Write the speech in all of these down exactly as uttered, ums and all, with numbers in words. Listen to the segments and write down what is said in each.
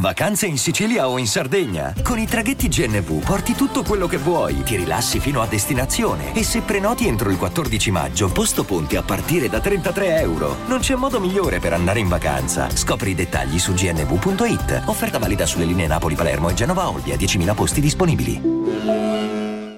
Vacanze in Sicilia o in Sardegna? Con i traghetti G N V porti tutto quello che vuoi, ti rilassi fino a destinazione e se prenoti entro il quattordici maggio, posto ponti a partire da trentatré euro. Non c'è modo migliore per andare in vacanza. Scopri i dettagli su g n v punto i t. Offerta valida sulle linee Napoli-Palermo e Genova-Olbia, diecimila posti disponibili.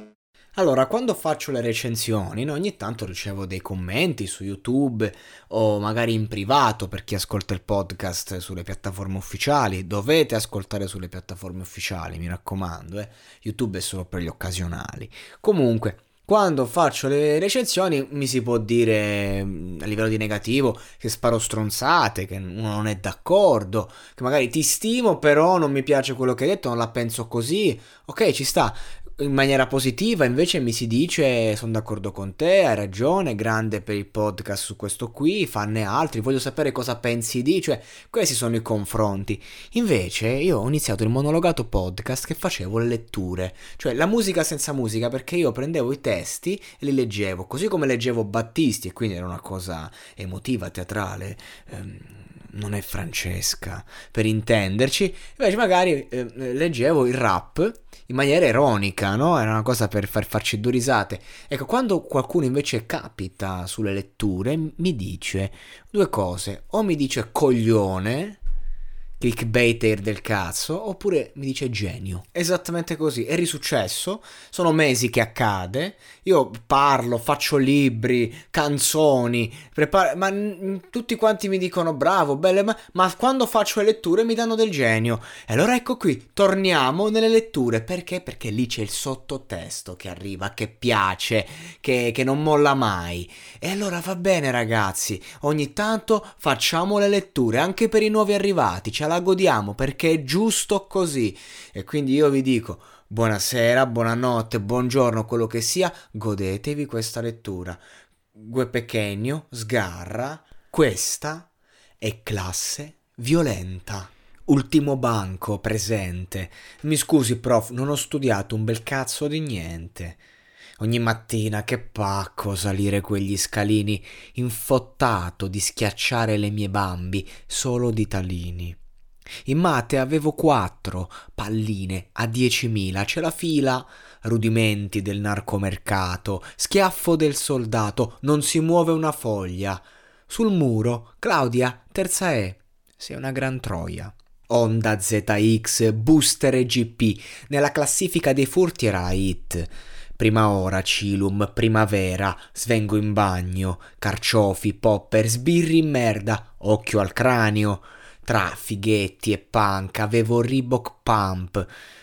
Allora, quando faccio le recensioni, no, ogni tanto ricevo dei commenti su YouTube o magari in privato per chi ascolta il podcast sulle piattaforme ufficiali. Dovete ascoltare sulle piattaforme ufficiali, mi raccomando, eh. YouTube è solo per gli occasionali. Comunque, quando faccio le recensioni mi si può dire a livello di negativo che sparo stronzate, che uno non è d'accordo, che magari ti stimo però non mi piace quello che hai detto, non la penso così. Ok, ci sta. In maniera positiva invece mi si dice sono d'accordo con te, hai ragione, grande per il podcast su questo qui, fanne altri, voglio sapere cosa pensi di, cioè questi sono i confronti. Invece io ho iniziato il monologato podcast che facevo le letture, cioè la musica senza musica, perché io prendevo i testi e li leggevo, così come leggevo Battisti, e quindi era una cosa emotiva, teatrale, ehm, non è Francesca, per intenderci. Invece magari eh, leggevo il rap in maniera ironica, no? Era una cosa per far farci due risate. Ecco, quando qualcuno invece capita sulle letture, mi dice due cose. O mi dice coglione, clickbaiter del cazzo, oppure mi dice genio. Esattamente così, è risuccesso, sono mesi che accade, io parlo, faccio libri, canzoni, preparo, ma n- tutti quanti mi dicono bravo, belle, ma, ma quando faccio le letture mi danno del genio. E allora ecco qui, torniamo nelle letture, perché? Perché lì c'è il sottotesto che arriva, che piace, che, che non molla mai. E allora va bene ragazzi, ogni tanto facciamo le letture, anche per i nuovi arrivati, ce la godiamo perché è giusto così. E quindi io vi dico buonasera, buonanotte, buongiorno, quello che sia, godetevi questa lettura. Gue Pequeno sgarra, questa è classe violenta. Ultimo banco presente. Mi scusi prof, non ho studiato un bel cazzo di niente. Ogni mattina che pacco salire quegli scalini, infottato di schiacciare le mie bambi solo di talini. In mate avevo quattro palline a diecimila, c'è la fila, rudimenti del narcomercato, schiaffo del soldato, non si muove una foglia. Sul muro, Claudia, terza E, sei una gran troia. Honda Z X, Booster e G P, nella classifica dei furti era hit. Prima ora, Cilum, primavera, svengo in bagno, carciofi, popper, sbirri in merda, occhio al cranio. Tra fighetti e punk avevo Reebok Pump,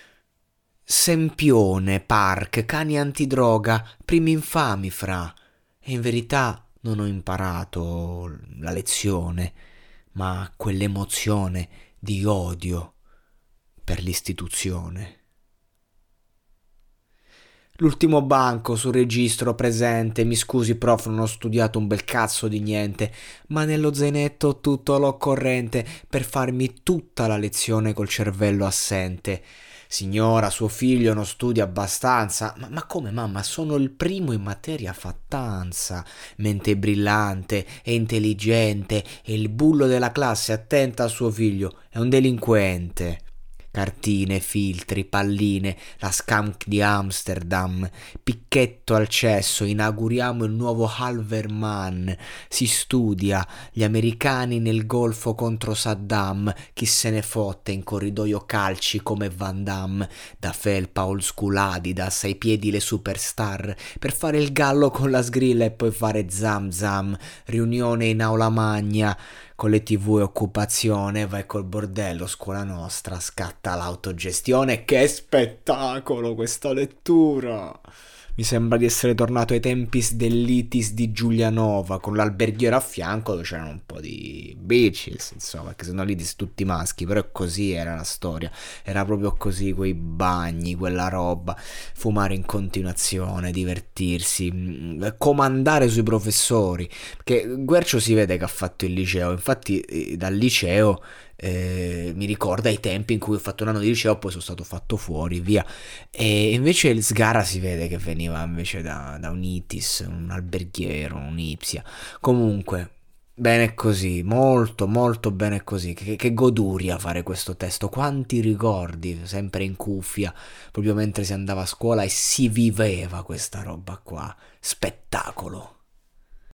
Sempione, Park, cani antidroga, primi infami fra. E in verità non ho imparato la lezione, ma quell'emozione di odio per l'istituzione. L'ultimo banco sul registro presente, mi scusi prof, non ho studiato un bel cazzo di niente, ma nello zainetto ho tutto l'occorrente per farmi tutta la lezione col cervello assente. Signora, suo figlio non studia abbastanza. Ma, ma come mamma? Sono il primo in materia fattanza. Mente brillante e intelligente e il bullo della classe, attenta a suo figlio, è un delinquente. Cartine, filtri, palline, la skunk di Amsterdam, picchetto al cesso, inauguriamo il nuovo Halverman, si studia, gli americani nel golfo contro Saddam, chi se ne fotte in corridoio calci come Van Damme, da felpa old school Adidas, ai piedi le superstar, per fare il gallo con la sgrilla e poi fare zam zam, riunione in aula magna, con le tv e occupazione, vai col bordello, scuola nostra, scatta l'autogestione. Che spettacolo questa lettura! Mi sembra di essere tornato ai tempi dell'Itis di Giulianova, con l'alberghiero a fianco dove c'erano un po' di bitches, insomma, perché sennò l'Itis tutti maschi, però così era la storia, era proprio così, quei bagni, quella roba, fumare in continuazione, divertirsi, comandare sui professori, perché Guercio si vede che ha fatto il liceo, infatti dal liceo Eh, mi ricorda i tempi in cui ho fatto un anno di liceo, poi sono stato fatto fuori, via. E invece il Sgarra si vede che veniva invece da, da un Itis, un alberghiero, un Ipsia. Comunque, Bene così, molto molto bene così, che, che goduria fare questo testo, quanti ricordi, sempre in cuffia, proprio mentre si andava a scuola e si viveva questa roba qua, spettacolo.